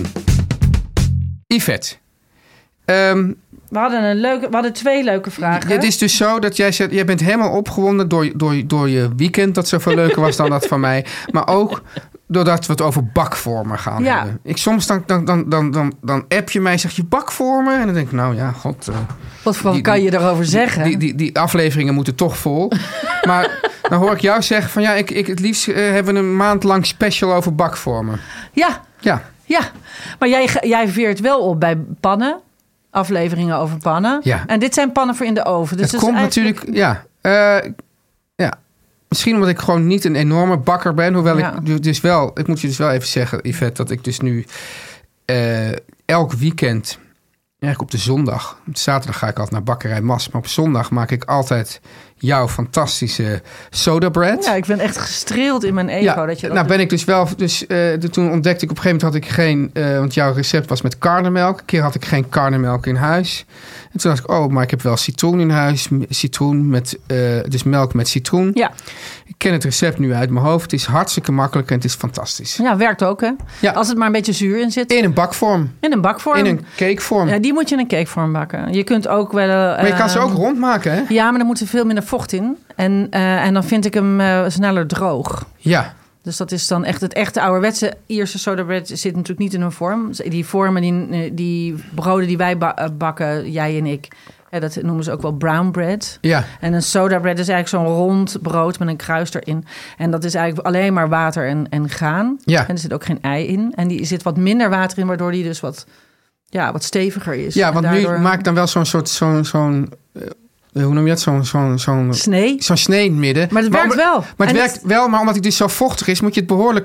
Yvette. Ehm, We hadden, een leuke, we hadden twee leuke vragen. het is dus zo dat jij zegt, jij bent helemaal opgewonden door, door, door je weekend, dat zoveel leuker was dan dat van mij. Maar ook doordat we het over bakvormen gaan Ja. hebben. Ik soms dan, dan, dan, dan, dan, dan app je mij, zeg je bakvormen? En dan denk ik, nou ja, god. eh, Wat voor die- kan je erover die- zeggen? Die, die, die afleveringen moeten toch vol. Maar dan hoor ik jou zeggen van ja, ik, ik, het liefst eh, hebben we een maand lang special over bakvormen. Ja, Ja, ja. Maar jij, jij veert wel op bij pannen. Afleveringen over pannen. Ja. En dit zijn pannen voor in de oven. Dus het dat is komt eigenlijk- natuurlijk, ja, eh, ja. Misschien omdat ik gewoon niet een enorme bakker ben. Hoewel Ja. ik dus wel, ik moet je dus wel even zeggen, Yvette, dat ik dus nu eh, elk weekend, eigenlijk op de zondag, op de zaterdag ga ik altijd naar Bakkerij Mas, maar op zondag maak ik altijd jouw fantastische soda bread. Ja, ik ben echt gestreeld in mijn ego. Ja, dat je dat nou ben ik dus wel... Dus, eh, de- toen ontdekte ik op een gegeven moment had ik geen... eh, want jouw recept was met karnemelk. Een keer had ik geen karnemelk in huis. En toen dacht ik, oh, maar ik heb wel citroen in huis. M- Citroen met... eh, dus melk met citroen. Ja. Ik ken het recept nu uit mijn hoofd. Het is hartstikke makkelijk en het is fantastisch. Ja, werkt ook, hè? Ja. Als het maar een beetje zuur in zit. In een bakvorm. In een bakvorm. In een cakevorm. Ja, die moet je in een cakevorm bakken. Je kunt ook wel... Maar je kan ze ook rondmaken, hè? Ja, maar dan moet er veel minder vocht in. En, uh, en dan vind ik hem uh, sneller droog. Ja. Dus dat is dan echt het echte ouderwetse Ierse soda bread zit natuurlijk niet in een vorm. Die vormen, die, die broden die wij ba- bakken, jij en ik, ja, dat noemen ze ook wel brown bread. Ja. En een soda bread is eigenlijk zo'n rond brood met een kruis erin. En dat is eigenlijk alleen maar water en, en graan. Ja. En er zit ook geen ei in. En die zit wat minder water in, waardoor die dus wat, ja, wat steviger is. Ja, en want daardoor... nu maak ik dan wel zo'n soort... Zo'n, zo'n, uh, hoe noem je dat? Zo'n, zo'n, zo'n, snee. zo'n snee in het midden. Maar het werkt maar, wel. Maar het En werkt het... wel, maar omdat hij dus zo vochtig is, moet je het behoorlijk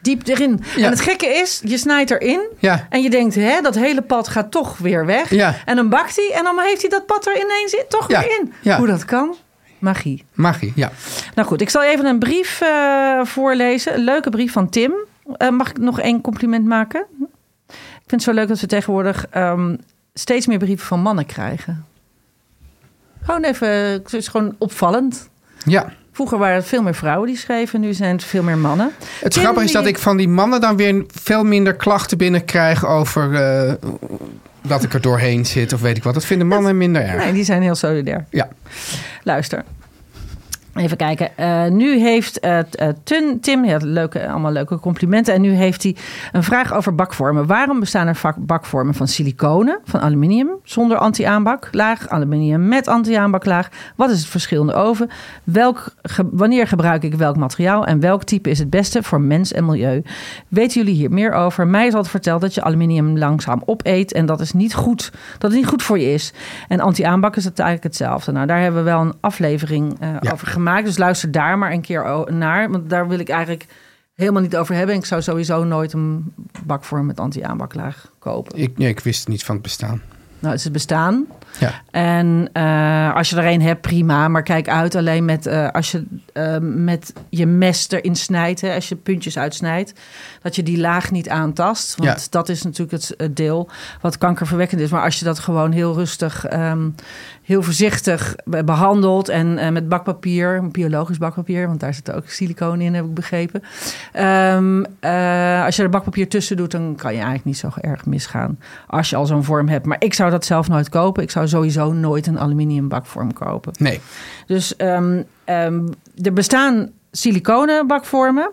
diep erin. Ja. En het gekke is, je snijdt erin Ja. en je denkt, hè, dat hele pad gaat toch weer weg. Ja. En dan bakt hij en dan heeft hij dat pad er ineens in, toch Ja. weer in. Ja. Hoe dat kan? Magie. Magie, ja. Nou goed, ik zal even een brief uh, voorlezen. Een leuke brief van Tim. Uh, mag ik nog één compliment maken? Ik vind het zo leuk dat we tegenwoordig um, steeds meer brieven van mannen krijgen. Gewoon even, het is gewoon opvallend. Ja. Vroeger waren het veel meer vrouwen die schreven, nu zijn het veel meer mannen. Het Tim, grappige is dat die... ik van die mannen dan weer veel minder klachten binnenkrijg over uh, dat ik er doorheen zit of weet ik wat. Dat vinden mannen minder erg. Nee, die zijn heel solidair. Ja. Luister. Even kijken. Uh, nu heeft uh, Tun, Tim, ja, leuke, allemaal leuke complimenten. En nu heeft hij een vraag over bakvormen. Waarom bestaan er vak, bakvormen van siliconen, van aluminium zonder anti-aanbaklaag, aluminium met anti-aanbaklaag? Wat is het verschil in de oven? Welk, ge, wanneer gebruik ik welk materiaal en welk type is het beste voor mens en milieu? Weten jullie hier meer over? Mij is altijd verteld dat je aluminium langzaam opeet en dat is niet goed. Dat het niet goed voor je is. En anti-aanbak is het eigenlijk hetzelfde. Nou, daar hebben we wel een aflevering uh, ja. over gemaakt. Dus luister daar maar een keer naar. Want daar wil ik eigenlijk helemaal niet over hebben. Ik zou sowieso nooit een bakvorm met anti-aanbaklaag kopen. Ik, nee, ik wist niet van het bestaan. Nou, het is het bestaan. Ja. En uh, als je er een hebt, prima. Maar kijk uit alleen met uh, als je uh, met je mes erin snijdt. Hè, als je puntjes uitsnijdt. Dat je die laag niet aantast. Want ja. dat is natuurlijk het, het deel wat kankerverwekkend is. Maar als je dat gewoon heel rustig, um, heel voorzichtig behandelt. En uh, met bakpapier, biologisch bakpapier. Want daar zit ook siliconen in, heb ik begrepen. Um, uh, als je er bakpapier tussen doet, dan kan je eigenlijk niet zo erg misgaan. Als je al zo'n vorm hebt. Maar ik zou dat zelf nooit kopen. Ik zou sowieso nooit een aluminium bakvorm kopen. Nee. Dus um, um, er bestaan siliconen bakvormen,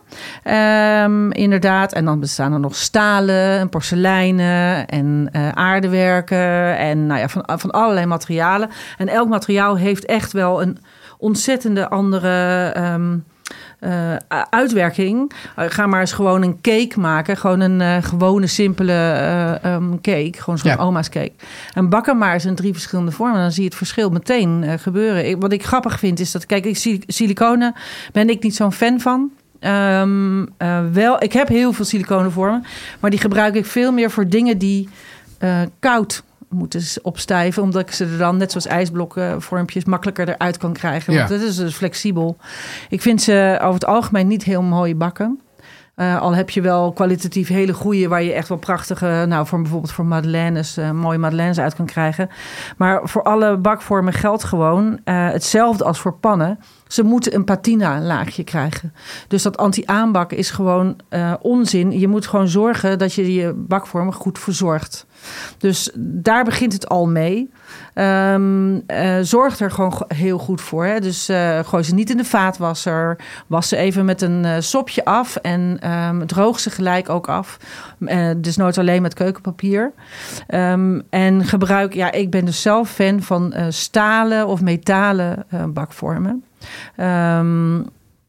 um, inderdaad. En dan bestaan er nog stalen en porseleinen en uh, aardewerken en nou ja, van, van allerlei materialen. En elk materiaal heeft echt wel een ontzettende andere Um, Uh, uitwerking. Uh, ga maar eens gewoon een cake maken. Gewoon een uh, gewone, simpele uh, um, cake. Gewoon zo'n ja. oma's cake. En bak hem maar eens in drie verschillende vormen. Dan zie je het verschil meteen uh, gebeuren. Ik, wat ik grappig vind is dat... Kijk, sil- siliconen ben ik niet zo'n fan van. Um, uh, wel, ik heb heel veel siliconenvormen. Maar die gebruik ik veel meer voor dingen die uh, koud moeten opstijven, omdat ik ze er dan, net zoals ijsblokken vormpjes, makkelijker eruit kan krijgen. Want ja. dat is dus flexibel. Ik vind ze over het algemeen niet heel mooi bakken. Uh, al heb je wel kwalitatief hele goede, waar je echt wel prachtige, nou voor bijvoorbeeld voor madeleines, uh, mooie madeleines uit kan krijgen. Maar voor alle bakvormen geldt gewoon uh, hetzelfde als voor pannen. Ze moeten een patina laagje krijgen. Dus dat anti-aanbakken is gewoon uh, onzin. Je moet gewoon zorgen dat je je bakvormen goed verzorgt. Dus daar begint het al mee. Um, uh, zorg er gewoon heel goed voor. Hè? Dus uh, gooi ze niet in de vaatwasser. Was ze even met een uh, sopje af. En um, droog ze gelijk ook af. Uh, dus nooit alleen met keukenpapier. Um, en gebruik, ja, ik ben dus zelf fan van uh, stalen of metalen uh, bakvormen. Um,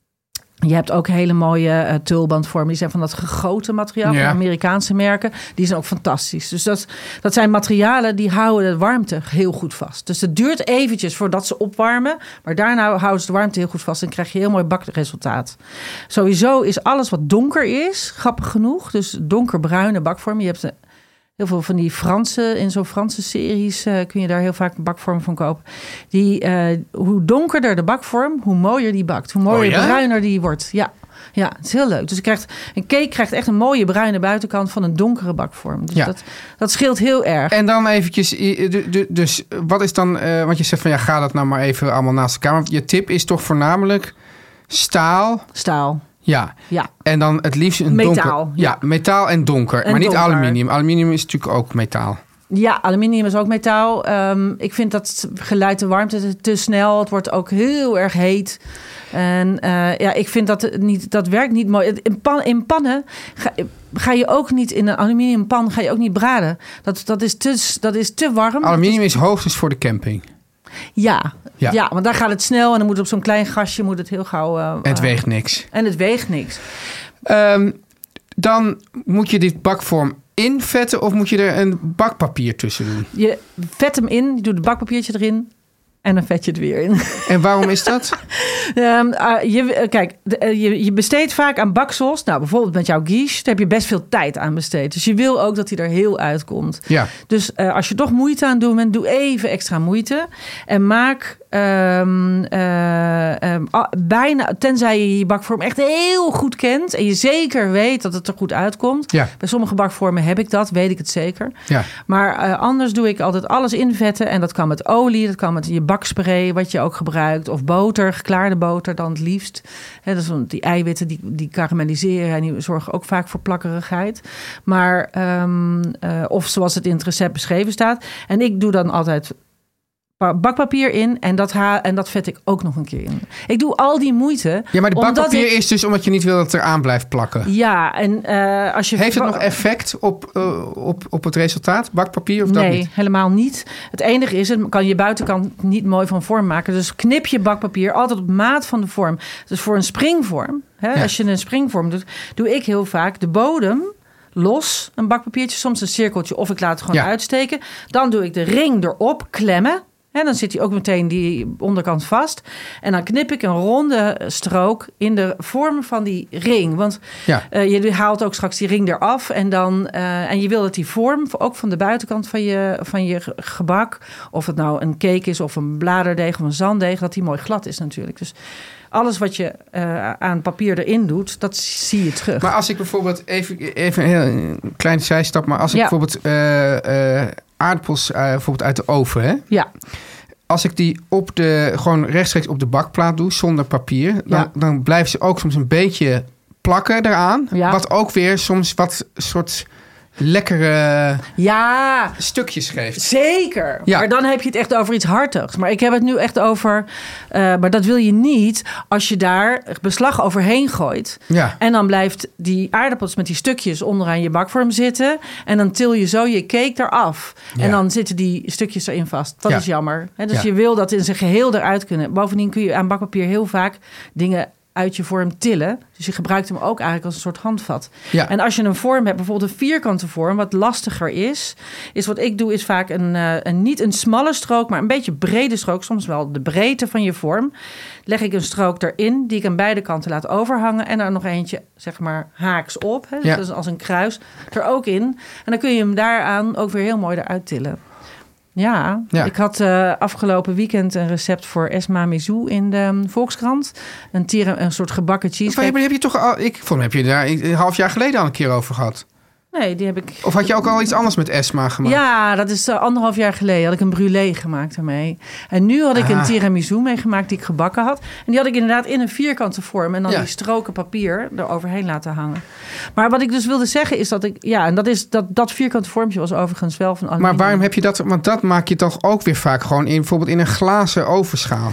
Je hebt ook hele mooie uh, tulbandvormen. Die zijn van dat gegoten materiaal, ja. van Amerikaanse merken. Die zijn ook fantastisch. Dus dat, dat zijn materialen die houden de warmte heel goed vast. Dus het duurt eventjes voordat ze opwarmen. Maar daarna houden ze de warmte heel goed vast. En krijg je heel mooi bakresultaat. Sowieso is alles wat donker is, grappig genoeg. Dus donkerbruine bakvormen. Je hebt de, heel veel van die Franse, in zo'n Franse series uh, kun je daar heel vaak bakvormen van kopen. Die, uh, hoe donkerder de bakvorm, hoe mooier die bakt. Hoe mooier, oh, ja? bruiner die wordt. Ja, ja, het is heel leuk. Dus je krijgt, een cake krijgt echt een mooie bruine buitenkant van een donkere bakvorm. Dus ja. dat, dat scheelt heel erg. En dan eventjes, dus wat is dan, uh, want je zegt van ja, ga dat nou maar even allemaal naast elkaar. Want je tip is toch voornamelijk staal. Staal. Ja. ja, en dan het liefst een metaal, donker. Ja, ja, metaal en donker. En maar niet donker. Aluminium. Aluminium is natuurlijk ook metaal. Ja, aluminium is ook metaal. Um, ik vind dat geleidt de warmte te, te snel. Het wordt ook heel erg heet. En uh, ja, ik vind dat niet, dat werkt niet mooi. In, pan, in pannen ga, ga je ook niet, in een aluminiumpan ga je ook niet braden. Dat, dat, is, te, dat is te warm. Aluminium is hoogstens voor de camping. Ja, ja. ja, want daar gaat het snel en dan moet op zo'n klein gasje moet het heel gauw. Uh, het weegt niks. En het weegt niks. Um, dan moet je dit bakvorm invetten of moet je er een bakpapier tussen doen? Je vet hem in, je doet het bakpapiertje erin En dan vet je het weer in. En waarom is dat? um, uh, je, kijk, de, uh, je, je besteedt vaak aan baksels. Nou, bijvoorbeeld met jouw quiche, daar heb je best veel tijd aan besteed. Dus je wil ook dat hij er heel uitkomt. Ja. Dus uh, als je toch moeite aan doet bent, doe even extra moeite. En maak um, uh, um, uh, bijna, tenzij je je bakvorm echt heel goed kent en je zeker weet dat het er goed uitkomt. Ja. Bij sommige bakvormen heb ik dat, weet ik het zeker. Ja. Maar uh, anders doe ik altijd alles invetten. En dat kan met olie, dat kan met je bakspray, wat je ook gebruikt. Of boter, geklaarde boter dan het liefst. He, dat is, die eiwitten die, die karamelliseren en die zorgen ook vaak voor plakkerigheid. Maar, um, uh, of zoals het in het recept beschreven staat. En ik doe dan altijd bakpapier in en dat, ha- en dat vet ik ook nog een keer in. Ik doe al die moeite. Ja, maar de bakpapier ik... is dus omdat je niet wil dat het eraan blijft plakken. Ja, en uh, als je... Heeft het nog effect op, uh, op, op het resultaat, bakpapier of dat nee, niet? Helemaal niet. Het enige is, het kan je buitenkant niet mooi van vorm maken. Dus knip je bakpapier altijd op maat van de vorm. Dus voor een springvorm, hè, ja. als je een springvorm doet, doe ik heel vaak de bodem los, een bakpapiertje, soms een cirkeltje, of ik laat het gewoon ja. uitsteken. Dan doe ik de ring erop klemmen. En dan zit hij ook meteen die onderkant vast. En dan knip ik een ronde strook in de vorm van die ring. Want ja. uh, je haalt ook straks die ring eraf. En, dan, uh, en je wil dat die vorm, ook van de buitenkant van je, van je gebak, of het nou een cake is of een bladerdeeg of een zanddeeg, dat die mooi glad is natuurlijk. Dus alles wat je uh, aan papier erin doet, dat zie je terug. Maar als ik bijvoorbeeld, even, even een heel kleine zijstap, maar als ik ja. bijvoorbeeld uh, uh, aardappels uh, bijvoorbeeld uit de oven, hè? Ja. Als ik die op de, gewoon rechtstreeks op de bakplaat doe, zonder papier, dan, ja. dan blijven ze ook soms een beetje plakken eraan. Ja. Wat ook weer soms wat soort lekkere ja, stukjes geeft. Zeker. Ja. Maar dan heb je het echt over iets hartigs. Maar ik heb het nu echt over, uh, maar dat wil je niet als je daar beslag overheen gooit. Ja. En dan blijft die aardappels met die stukjes onderaan je bakvorm zitten. En dan til je zo je cake eraf. Ja. En dan zitten die stukjes erin vast. Dat ja. is jammer. He, dus ja. je wil dat in zijn geheel eruit kunnen. Bovendien kun je aan bakpapier heel vaak dingen uit je vorm tillen. Dus je gebruikt hem ook eigenlijk als een soort handvat. Ja. En als je een vorm hebt, bijvoorbeeld een vierkante vorm, wat lastiger is, is wat ik doe, is vaak een, uh, een niet een smalle strook, maar een beetje brede strook, soms wel de breedte van je vorm. Leg ik een strook erin, die ik aan beide kanten laat overhangen en er nog eentje, zeg maar, haaks op. Hè? Dus ja. dat is als een kruis, er ook in. En dan kun je hem daaraan ook weer heel mooi eruit tillen. Ja, ja, ik had uh, afgelopen weekend een recept voor Esma Mizou in de Volkskrant. Een, tira, een soort gebakken cheesecake. Maar heb je toch al, ik vond heb je daar een half jaar geleden al een keer over gehad? Nee, die heb ik... Of had je ook al iets anders met Esma gemaakt? Ja, dat is uh, anderhalf jaar geleden. Had ik een brûlée gemaakt daarmee. En nu had ik ah. een tiramisu meegemaakt die ik gebakken had. En die had ik inderdaad in een vierkante vorm. En dan ja. die stroken papier eroverheen laten hangen. Maar wat ik dus wilde zeggen is dat ik... Ja, en dat is dat, dat vierkante vormpje was overigens wel van aluminium. Maar waarom heb je dat... Want dat maak je toch ook weer vaak gewoon in... bijvoorbeeld in een glazen ovenschaal.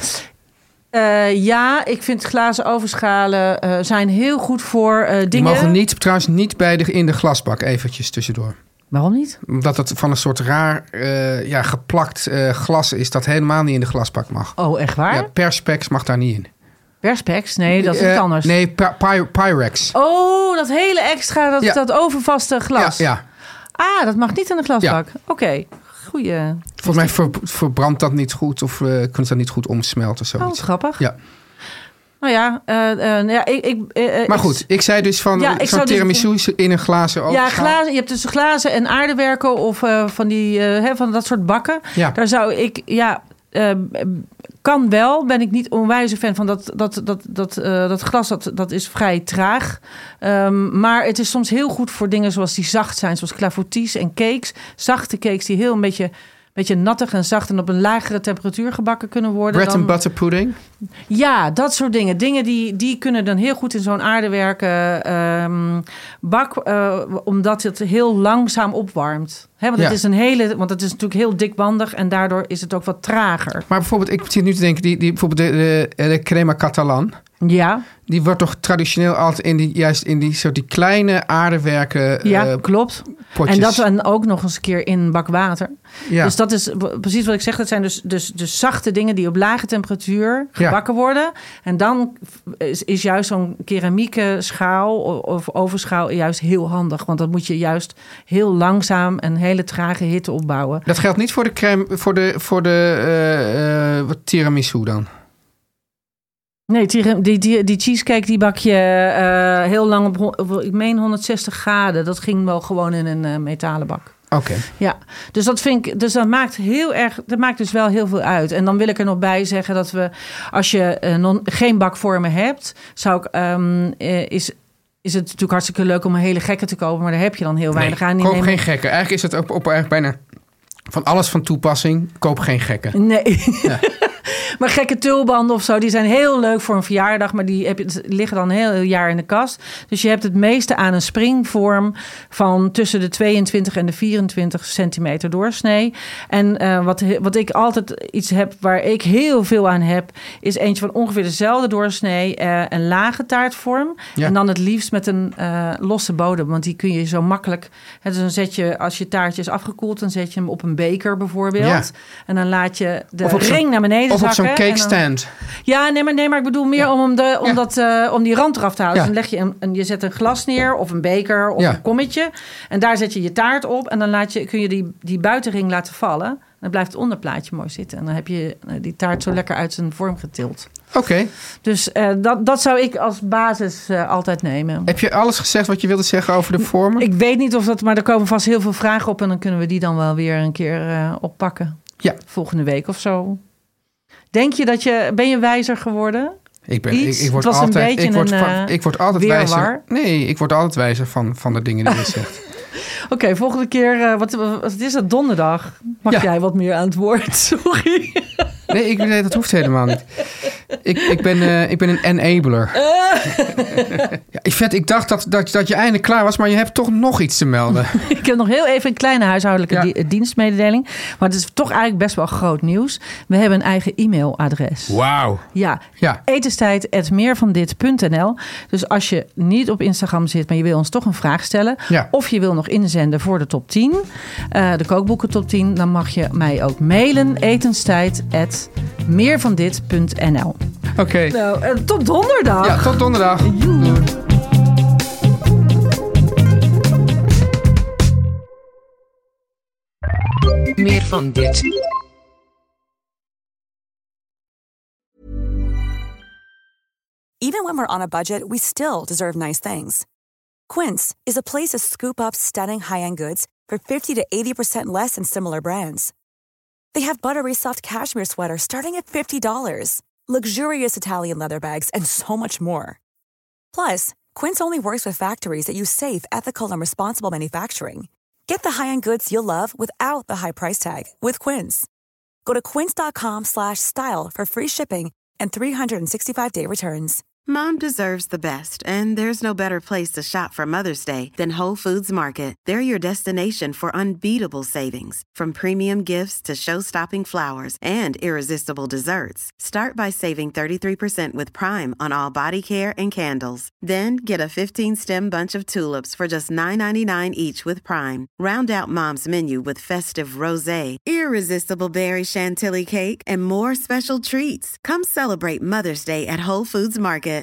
Uh, ja, ik vind glazen overschalen uh, zijn heel goed voor uh, dingen. Die mogen niet, trouwens niet bij de, in de glasbak, eventjes tussendoor. Waarom niet? Omdat het van een soort raar uh, ja, geplakt uh, glas is dat helemaal niet in de glasbak mag. Oh, echt waar? Ja, Perspex mag daar niet in. Perspex? Nee, dat is uh, iets anders. Nee, Py- Pyrex. Oh, dat hele extra, dat, ja. dat overvaste glas. Ja, ja. Ah, dat mag niet in de glasbak. Ja. Oké. Okay. Goeie. Volgens mij ver, verbrandt dat niet goed of uh, kunt dat niet goed omsmelten of zoiets. Oh, grappig. Ja. Nou ja, uh, uh, ja ik... ik uh, maar goed, ik zei dus van, ja, van tiramisu dus, in een glazen ovenschaal. Ja, glazen, je hebt dus glazen en aardewerken of uh, van, die, uh, hè, van dat soort bakken. Ja. Daar zou ik... ja. Uh, kan wel, ben ik niet onwijs fan van dat, dat, dat, dat, uh, dat glas, dat, dat is vrij traag. Um, maar het is soms heel goed voor dingen zoals die zacht zijn, zoals clafoutis en cakes. Zachte cakes die heel een beetje, beetje nattig en zacht en op een lagere temperatuur gebakken kunnen worden. Bread dan... and butter pudding? Ja, dat soort dingen. Dingen die, die kunnen dan heel goed in zo'n aardewerken um, bak, uh, omdat het heel langzaam opwarmt. He, want, ja. het is een hele, want het is natuurlijk heel dikbandig en daardoor is het ook wat trager. Maar bijvoorbeeld, ik zit nu te denken, die, die, bijvoorbeeld de, de, de crema catalan. Ja. Die wordt toch traditioneel altijd in die, juist in die, zo die kleine aardewerken. Ja, uh, klopt. Potjes. En dat dan ook nog eens een keer in een bak water. Ja. Dus dat is precies wat ik zeg. Dat zijn dus, dus, dus zachte dingen die op lage temperatuur gebakken ja. worden. En dan is, is juist zo'n keramieke schaal of ovenschaal juist heel handig. Want dan moet je juist heel langzaam een hele trage hitte opbouwen. Dat geldt niet voor de crème, voor de, voor de uh, uh, wat tiramisu dan? Nee, die, die, die, die cheesecake die bak je uh, heel lang op, op, ik meen honderdzestig graden. Dat ging wel gewoon in een uh, metalen bak. Oké. Okay. Ja, dus dat vind ik, dus dat maakt heel erg, dat maakt dus wel heel veel uit. En dan wil ik er nog bij zeggen dat we, als je uh, non, geen bakvormen hebt, zou ik, um, uh, is, is het natuurlijk hartstikke leuk om een hele gekke te kopen, maar daar heb je dan heel weinig nee, aan. Koop neem... geen gekke. Eigenlijk is het op, op eigenlijk bijna van alles van toepassing. Koop geen gekke. Nee. Ja. Maar gekke tulbanden of zo, die zijn heel leuk voor een verjaardag, maar die heb je, liggen dan een heel jaar in de kast. Dus je hebt het meeste aan een springvorm van tussen de tweeëntwintig en de vierentwintig centimeter doorsnee. En uh, wat, wat ik altijd iets heb waar ik heel veel aan heb, is eentje van ongeveer dezelfde doorsnee, uh, een lage taartvorm. Ja. En dan het liefst met een uh, losse bodem, want die kun je zo makkelijk. Hè, dus dan zet je, als je taartje is afgekoeld, dan zet je hem op een beker bijvoorbeeld. Ja. En dan laat je de ring naar beneden zakken. Zo'n cake stand. Ja, nee maar, nee, maar ik bedoel meer ja. om, de, om, ja. dat, uh, om die rand eraf te houden. Ja. Dus dan leg je een, een, je zet een glas neer of een beker of ja. een kommetje. En daar zet je je taart op. En dan laat je, kun je die, die buitenring laten vallen. Dan blijft het onderplaatje mooi zitten. En dan heb je die taart zo lekker uit zijn vorm getild. Oké. Okay. Dus uh, dat, dat zou ik als basis uh, altijd nemen. Heb je alles gezegd wat je wilde zeggen over de vormen? Ik weet niet of dat, maar er komen vast heel veel vragen op. En dan kunnen we die dan wel weer een keer uh, oppakken. Ja. Volgende week of zo. Denk je dat je... Ben je wijzer geworden? Ik, ben, ik, ik, word altijd, ik, word, een, van, ik word altijd wijzer. Nee, ik word altijd wijzer van, van de dingen die je zegt. Oké, okay, volgende keer... Uh, wat, wat is het? Donderdag. Mag ja. jij wat meer aan het woord? Sorry. Nee, ik, nee, dat hoeft helemaal niet. Ik, ik, ben, uh, ik ben een enabler. ja, vet, ik dacht dat, dat, dat je eindelijk klaar was, maar je hebt toch nog iets te melden. Ik heb nog heel even een kleine huishoudelijke ja. di- dienstmededeling. Maar het is toch eigenlijk best wel groot nieuws. We hebben een eigen e-mailadres. Wauw. Ja, ja. etenstijd at meervandit punt n l. Dus als je niet op Instagram zit, maar je wil ons toch een vraag stellen. Ja. Of je wil nog inzenden voor de top tien. Uh, de kookboeken top tien. Dan mag je mij ook mailen. etenstijd at meervandit punt n l. Oké. Okay. Nou, uh, tot donderdag. Ja, tot donderdag. Joe. Meer van dit. Even when we're on a budget, we still deserve nice things. Quince is a place to scoop up stunning high-end goods for fifty to eighty percent less than similar brands. They have buttery soft cashmere sweaters starting at fifty dollars, luxurious Italian leather bags, and so much more. Plus, Quince only works with factories that use safe, ethical, and responsible manufacturing. Get the high-end goods you'll love without the high price tag with Quince. Go to quince.com slash style for free shipping and three sixty-five day returns. Mom deserves the best, and there's no better place to shop for Mother's Day than Whole Foods Market. They're your destination for unbeatable savings, from premium gifts to show-stopping flowers and irresistible desserts. Start by saving thirty-three percent with Prime on all body care and candles. Then get a fifteen-stem bunch of tulips for just nine ninety-nine each with Prime. Round out Mom's menu with festive rosé, irresistible berry chantilly cake, and more special treats. Come celebrate Mother's Day at Whole Foods Market.